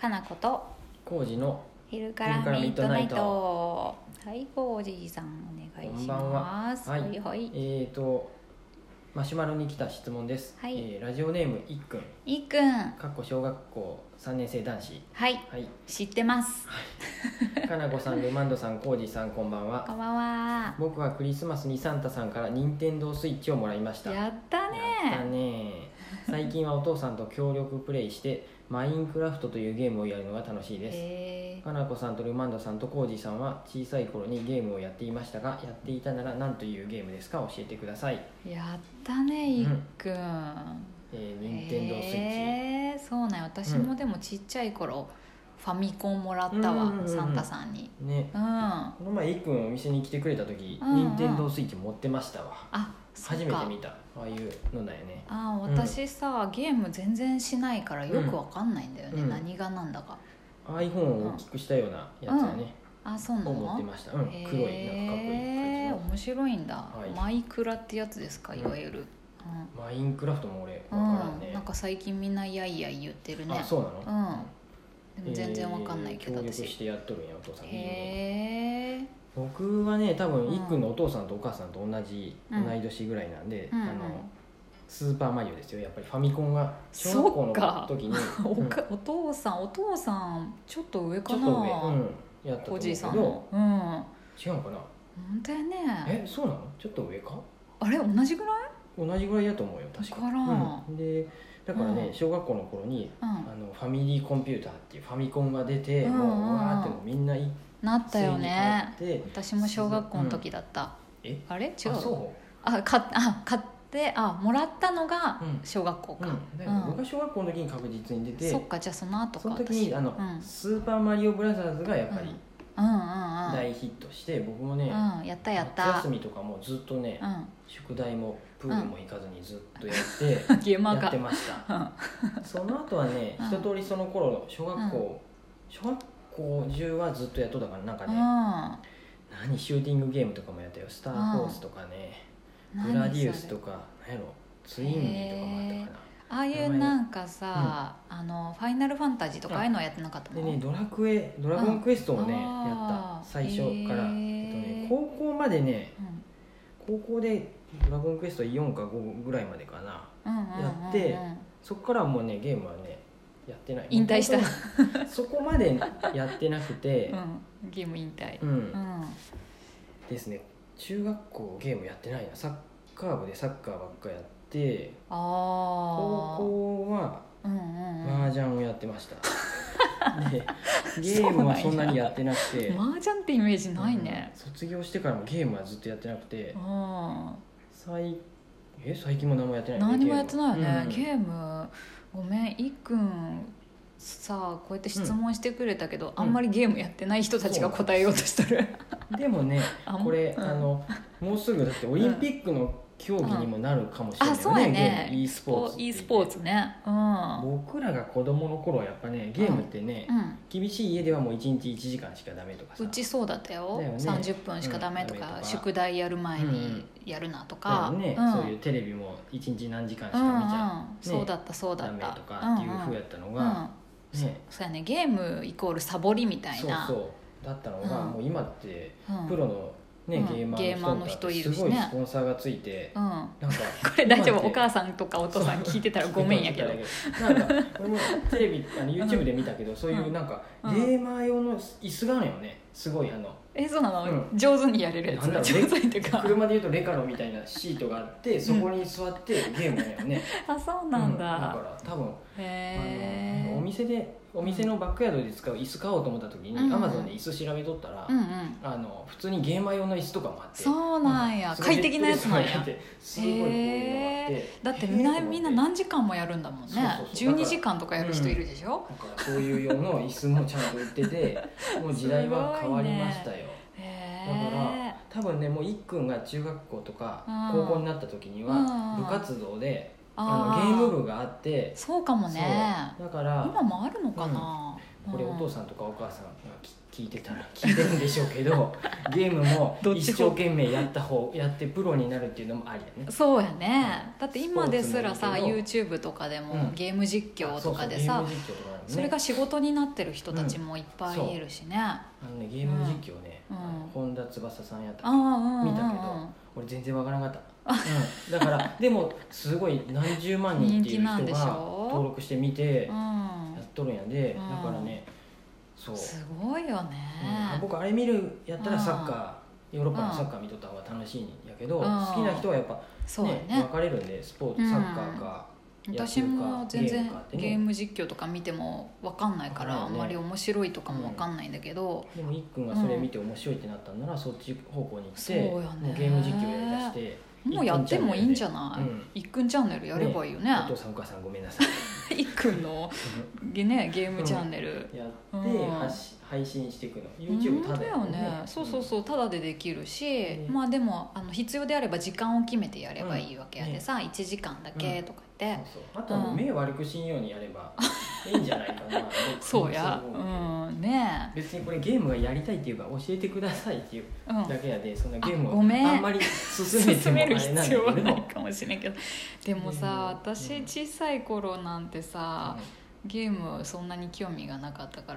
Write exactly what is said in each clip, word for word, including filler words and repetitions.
かなことコウジの昼からミッドナイト。はい、コウジさんお願いします。 はい、 はいはい。 えーとマシュマロに来た質問です。はい、えー、ラジオネームいっくん。 いっくん。 かっこ小学校さんねん生男子。 はい。 はい、 知ってます。 かなこさん、ルマンドさん、コウジさん、こんばんは。 こんばんは。 僕はクリスマスにサンタさんからニンテンドースイッチをもらいました。 やったね。 やったね。最近はお父さんと協力プレイしてマインクラフトというゲームをやるのが楽しいです。 へー。 かなこさんとルマンドさんとコウジさんは小さい頃にゲームをやっていましたが、やっていたなら何というゲームですか？教えてください。 やったね、いっくん。 えー、ニンテンドースイッチ。 へー、そうなんよ。私もでもちっちゃい頃、ファミコンもらったわ、 うんうんうん、 サンタさんに。 ね、 うん、 この前いっくんお店に来てくれた時、 うんうん、 ニンテンドースイッチ持ってましたわ。 あ、そっか。 初めて見た、ああいうのだよね。 あ、私さ、うん、ゲーム全然しないからよくわかんないんだよね、 うん、何がなんだか。 iPhone を大きくしたようなやつやね、 うん、あ、そうなの？ 持ってました、うん、黒いなんかかっこいい感じの。 面白いんだ、 はい、 マイクラってやつですか、いわゆる、 うん、マインクラフトも俺分からんね、 うん、なんか最近みんなやいやい言ってるね。 あ、そうなの？ うん、でも全然わかんないけど、 えー、 私協力してやっとるんや、お父さん。 へー。 僕はね、多分いっくんのお父さんとお母さんと同じ、うん、同い年ぐらいなんで、 うん、 あのスーパーマリオですよ。やっぱりファミコンが小学校の時にお, うん、お父さんお父さんちょっと上かな。 ちょっと上、うん、やったと思うけど、おじいさんの、うん、違うかな。 本当やね。 え、そうなの？ちょっと上か？ あれ、同じぐらい？ 同じぐらいやと思うよ、確か。 からん、 うん、でだからね、うん、小学校の頃に、うん、あのファミリーコンピューターっていうファミコンが出て、うん、もううわーってもうみんななったよね。私も小学校の時だった、うん、 えあれ違う？ あ、そうあ、かあ買ってあもらったのが小学校か、 うん、だから僕が小学校の時に確実に出て、 そっか、じゃあその後か。 その時にあの、うん、スーパーマリオブラザーズがやっぱり、 うんうんうんうん、 大ヒットして、僕もね、 うん、やったやった。 夏休みとかもずっとね、うん、宿題もプールも行かずにずっとやって、 うん、ゲーマーかやってました、うん、その後はね、一通りその頃の小学校、うん、小学校中はずっとやっとったから、なんかね、うん、何シューティングゲームとかもやったよ。スターフォースとかね、グラディウスとか、何やろ、ツインビーとかもあったかな。 ああいうなんかさ、うん、あのファイナルファンタジーとかああいうのはやってなかったの？ でね、ドラクエドラゴンクエストをね、うん、やった最初から、えっとね、高校までね、うん、高校でドラゴンクエストよんかごぐらいまでかな、うんうんうんうん、やって、そこからはもうねゲームはねやってない。 引退したそこまでやってなくて、 うん、ゲーム引退、 うんうん、ですね。中学校ゲームやってないな。サッカー部でサッカーばっかやって、 あ、 高校は麻雀をやってました、うんうんうん、でゲームはそんなにやってなくて麻雀ってイメージないね、 うん、卒業してからもゲームはずっとやってなくて、 あ、 最え最近も何もやってない、 ね、何もやってないよね、 うん、 ゲーム。ごめん、いっくんさあ、こうやって質問してくれたけど、うん、あんまりゲームやってない人たちが答えようとしてる。 でもね、これ、うん、あのもうすぐだってオリンピックの競技にもなるかもしれないよね、うん、あ、そうやね、ゲーム e スポーツ e スポーツね、うん、 僕らが子供の頃はやっぱねゲームってね、うん、厳しい家ではもういちにちいちじかんしかダメとかさ、 うちそうだった よ, だよ、ね、さんじゅっぷんしかダメとか、うん、とか宿題やる前にやるなとか、 うんね、うん、そういうテレビもいちにち何時間しか見ちゃ、うんうんね、 そうだったそうだったダメとかっていう風やったのが、うんうんね、そ, そうやね、ゲームイコールサボりみたいな、 そうそうだったのが、うん、もう今ってプロのね、 うん、 ゲーマーの人とかすごいスポンサーがついて、うん、なんかこれ大丈夫？お母さんとかお父さん聞いてたらごめんやけどなんかこれもテレビあの YouTube で見たけど、うん、そういうなんか、うん、ゲーマー用の椅子があるよね、すごいあのえ、そうなの、うん、上手にやれるやつだ。上手にっていうか車でいうとレカロみたいなシートがあってそこに座ってゲームやよね、 うん、あ、そうなんだ、 うん、だから多分へあのお店でお店のバックヤードで使う椅子買おうと思った時に、うん、Amazon で椅子調べとったら、うんうん、あの普通にゲーマー用の椅子とかもあって、 そうなんや、快適なやつなんや。 すごいこういうのがあって、 だってみんなみんな何時間もやるんだもんね。そうそうそう、じゅうにじかんとかやる人いるでしょ、 うん、だからそういう用の椅子もちゃんと売っててもう時代は変わりましたよ、ね、だから多分ねもういっくんが中学校とか高校になった時には部活動でああのゲーム部があって、 そうかもね。 そうだから今もあるのかな、 うん、これお父さんとかお母さんが聞いてたら聞いてるんでしょうけどゲームも一生懸命やった方やってプロになるっていうのもありだね。 そうやね、うん、だって今ですらさ YouTube YouTube とかでも、 うん、 ゲーム実況とかでさ、 そうそうゲーム実況とかね、 それが仕事になってる人たちもいっぱいいるしね、うん、 あのねゲーム実況ね、 うん、 本田翼さんやったっけ、 うん、 見たけど俺全然わからなかったうん、だからでもすごい何十万人っていう人が登録して見てやっとるんやで、うん、だからねそうすごいよね、 うん、僕あれ見るやったらサッカー、ヨーロッパのサッカー見とった方が楽しいんやけど、好きな人はやっぱ、ねね、分かれるんでスポーツサッカーか、 うん、私も全然ゲーム実況とか見ても分かんないから、ね、あんまり面白いとかも分かんないんだけど、 うん、でもいっくんがそれ見て面白いってなったんなら、うん、そっち方向に行って、 そうやね、 もうゲーム実況やりだしてもうやってもいいんじゃない、いっくんチャンネルやればいいよね。 お父さんお母さんごめんなさいいっくんの、ね、ゲームチャンネル、 うん、やって、うん、配信していくの YouTube ただよね、ね、そうそうそう、ただでできるし、うん、まあでもあの必要であれば時間を決めてやればいいわけやでさ、うんね、いちじかんだけとか言って、 うん、そうそう、あとは目悪くしんようにやればいいんじゃないかなそうや、うんね、 別にこれゲームがやりたいっていうか教えてくださいっていうだけやで、うん、そんなゲームをあ, あんまり進めてもあれなんだけど進める必要はないかもしれんけど、でもさ、私小さい頃なんてさ、うん、ゲームそんなに興味がなかったから、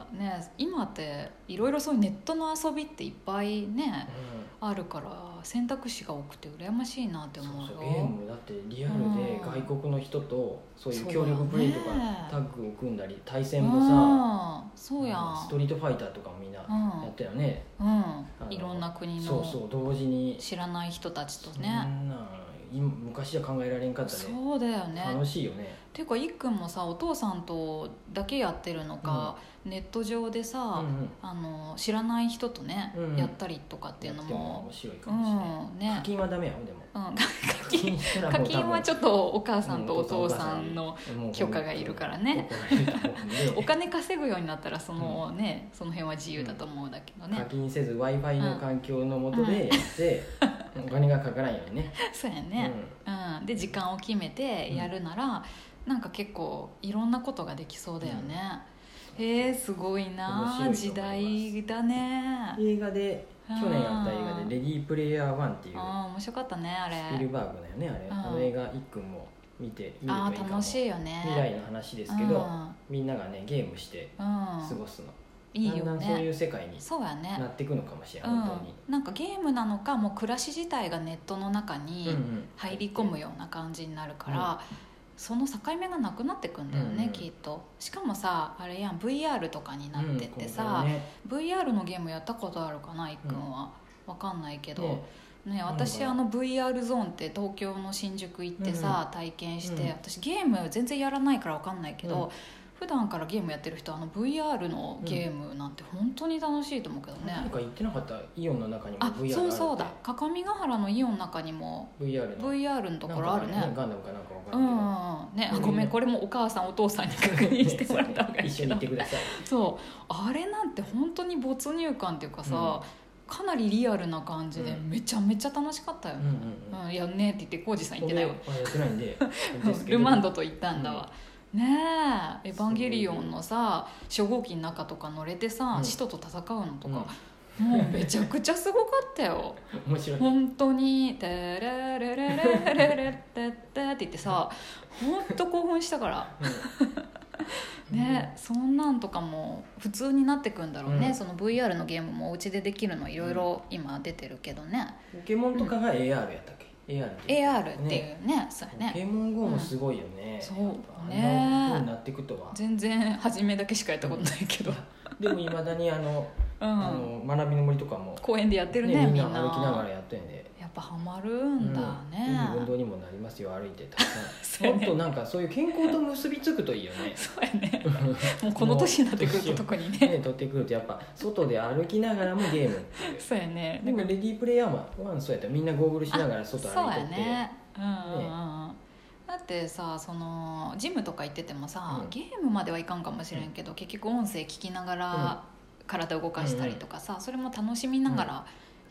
うん、ね、今っていろいろそういうネットの遊びっていっぱいね、うん、あるから選択肢が多くて羨ましいなって思うよ。 そうそう、ゲームだってリアルで外国の人とそういう協力プレイとかタッグを組んだり対戦もさ、 そうやん、 ストリートファイターとかもみんなやったよね、 うん、うん、いろんな国のそうそう同時に知らない人たちとね、 そんな昔じゃ考えられんかったね。 そうだよね、 楽しいよね。 ていうかいっくんもさお父さんとだけやってるのか、うん、ネット上でさ、うんうん、あの知らない人とね、うんうん、やったりとかっていうのも面白いかもしれない、うんね、課金はダメやんでも、 うん、課金課金はちょっとお母さんとお父さんの許可がいるからね、お金稼ぐようになったらその、ね、その辺は自由だと思うんだけどね、 課金せず Wi-Fi の環境の下でやって、うん、お金がかからんようにねそうやね、うんうん、で時間を決めてやるなら、うん、なんか結構いろんなことができそうだよね、うん、えー、すごいな、時代だね。 映画で去年やった映画で「レディープレイヤーワン」っていう、 あ面白かったねあれ、 スピルバーグだよねあれ、うん、あの映画いっくんも見て見るといいかも。 あ楽しいよね、 未来の話ですけど、うん、みんながねゲームして過ごすの、うん、いいよね、だんだんそういう世界になっていくのかもしれない、ね、本当に、 うん、なんかゲームなのかもう暮らし自体がネットの中に入り込むような感じになるから、うんうん、その境目がなくなってくんだよね、うんうん、きっと。しかもさあれやん ブイアール とかになっててさ、うんね、ブイアール のゲームやったことあるかな、いっくんは、うん、わかんないけど、ねね、私あの ブイアール ゾーンって東京の新宿行ってさ、うん、体験して、うん、私ゲーム全然やらないからわかんないけど、うん、普段からゲームやってる人はあの ブイアール のゲームなんて本当に楽しいと思うけどね、 なんか言ってなかった？イオンの中にも ブイアール あるって。 そうそうだ、各務原のイオンの中にもブイアール の, ブイアール のところあるね。 ガンダムかなんかわかんないけど、 うんね、ごめんこれもお母さんお父さんに確認してもらった方がいい一緒に行ってください。 そうあれなんて本当に没入感っていうかさ、うんかなりリアルな感じでめちゃめちゃ楽しかったよ、うんうんうん、やんねって言って浩二さん言ってないよ。 やってないんでルマンドと言ったんだわ、うん、ねえエヴァンゲリオンのさ初号機の中とか乗れてさ、うん、使徒と戦うのとか、うん、もうめちゃくちゃすごかったよ面白い本当に「テレレレレレレレテッテ」って言ってさ本当興奮したから、うんね、うん、そんなんとかも普通になってくんだろうね、うん、その ブイアール のゲームもお家でできるのいろいろ今出てるけどね、 ポケモンとかが エーアール やったっけ、うん、エーアール っていう、 エーアール っていうね、そうやね、 ポケモン ゴー もすごいよね、 うん、そうね、 あんな風になっていくとは全然初めだけしかやったことないけど、 うん、でもいまだにあの、うん、あの学びの森とかも公園でやってるね、 ねみんな歩きながらやってんで、 やっぱハマるんだね、 うん、運動にもなりますよ歩いてたくさんもっとなんかそういう健康と結びつくといいよねそうやねもうこの年になってくると特にねね取ってくるとやっぱ外で歩きながらもゲームっていうそうやね、 でもレディープレイヤーワンそうやったらみんなゴーグルしながら外歩いてって、 そうやね、うんうんうん、ね、だってさそのジムとか行っててもさ、うん、ゲームまではいかんかもしれんけど、うん、結局音声聞きながら体動かしたりとかさ、うん、それも楽しみながら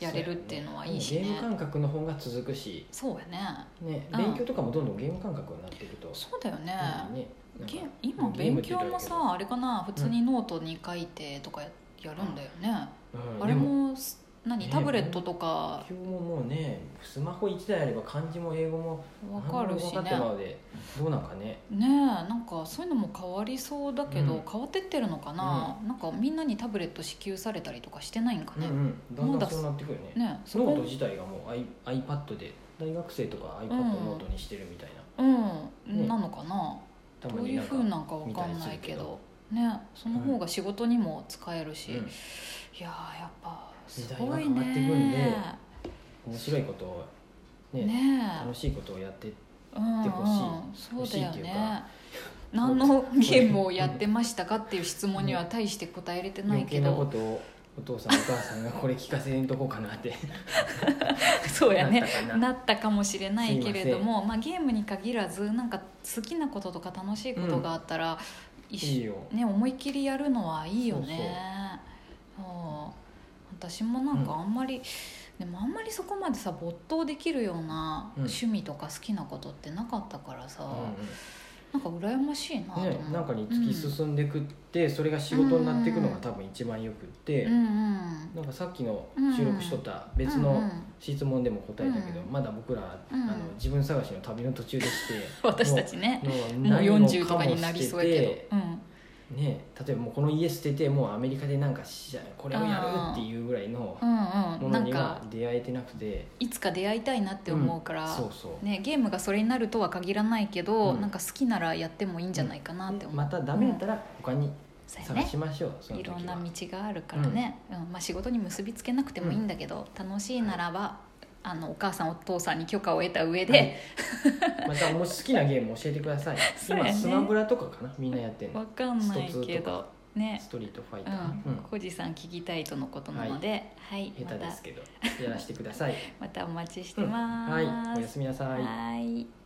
やれるっていうのはいいしね。 ゲーム感覚の方が続くし、 そうやね。 ね、勉強とかもどんどんゲーム感覚になっていくと、 そうだよね。 ね、 ゲ今勉強もさあれかな、普通にノートに書いてとかややるんだよね、うん、あれも何、タブレットとか今日ももうねスマホいちだいあれば漢字も英語も分かるしね、 どうなんかねねえ、なんかそういうのも変わりそうだけど、うん、変わってってるのかな、うん、なんかみんなにタブレット支給されたりとかしてないんかね、 うんうん、だんだんそうなってくるね。 ね、 ノート自体がもう iPad で大学生とか iPad ノートにしてるみたいな、 うん、ね、なのかな、どういう風なんか分かんないけどね、その方が仕事にも使えるし、うん、いややっぱすごいね、時代が変わってくんで面白いことを ね, ね楽しいことをやってってほしい、 うんうん、そうだよね。何のゲームをやってましたかっていう質問には大して答えれてないけど、 余計なことをお父さんお母さんがこれ聞かせんとこうかなってそうやね、な, なったかもしれないけれども、まあ、ゲームに限らずなんか好きなこととか楽しいことがあったら、うん、いいよ、ね、思いっきりやるのはいいよね。そうそう、私もなんかあんまり、うん、でもあんまりそこまでさ没頭できるような趣味とか好きなことってなかったからさ、うんうん、なんか羨ましいなと思う、 ね、なんかに突き進んでくって、うん、それが仕事になっていくのが多分一番よくって、うんうん、なんかさっきの収録しとった別の質問でも答えたけど、うんうん、まだ僕ら、うん、あの自分探しの旅の途中でして私たちねもうよんじゅうとかになりそうやけど、うんね、例えばもうこの家捨ててもうアメリカでなんかしこれをやるっていうぐらいのものには出会えてなくて、 いつか出会いたいなって思うから、 うん、そうそうね、ゲームがそれになるとは限らないけど、うん、なんか好きならやってもいいんじゃないかなって思う、 うん、またダメだったら他に探しましょう、うん、その時はいろんな道があるからね、うんうん、まあ、仕事に結びつけなくてもいいんだけど、うん、楽しいならば、はい、あのお母さんお父さんに許可を得た上で、 はい、またもし好きなゲーム教えてください、ね、今スマブラとかかな、みんなやってるの分かんないけどね、 ストリートファイター、 うん、コジさん聞きたいとのことなので、はい、はい、 下手ですけどやらせてくださいまたお待ちしてます、 うん、はい、おやすみなさい。 はい。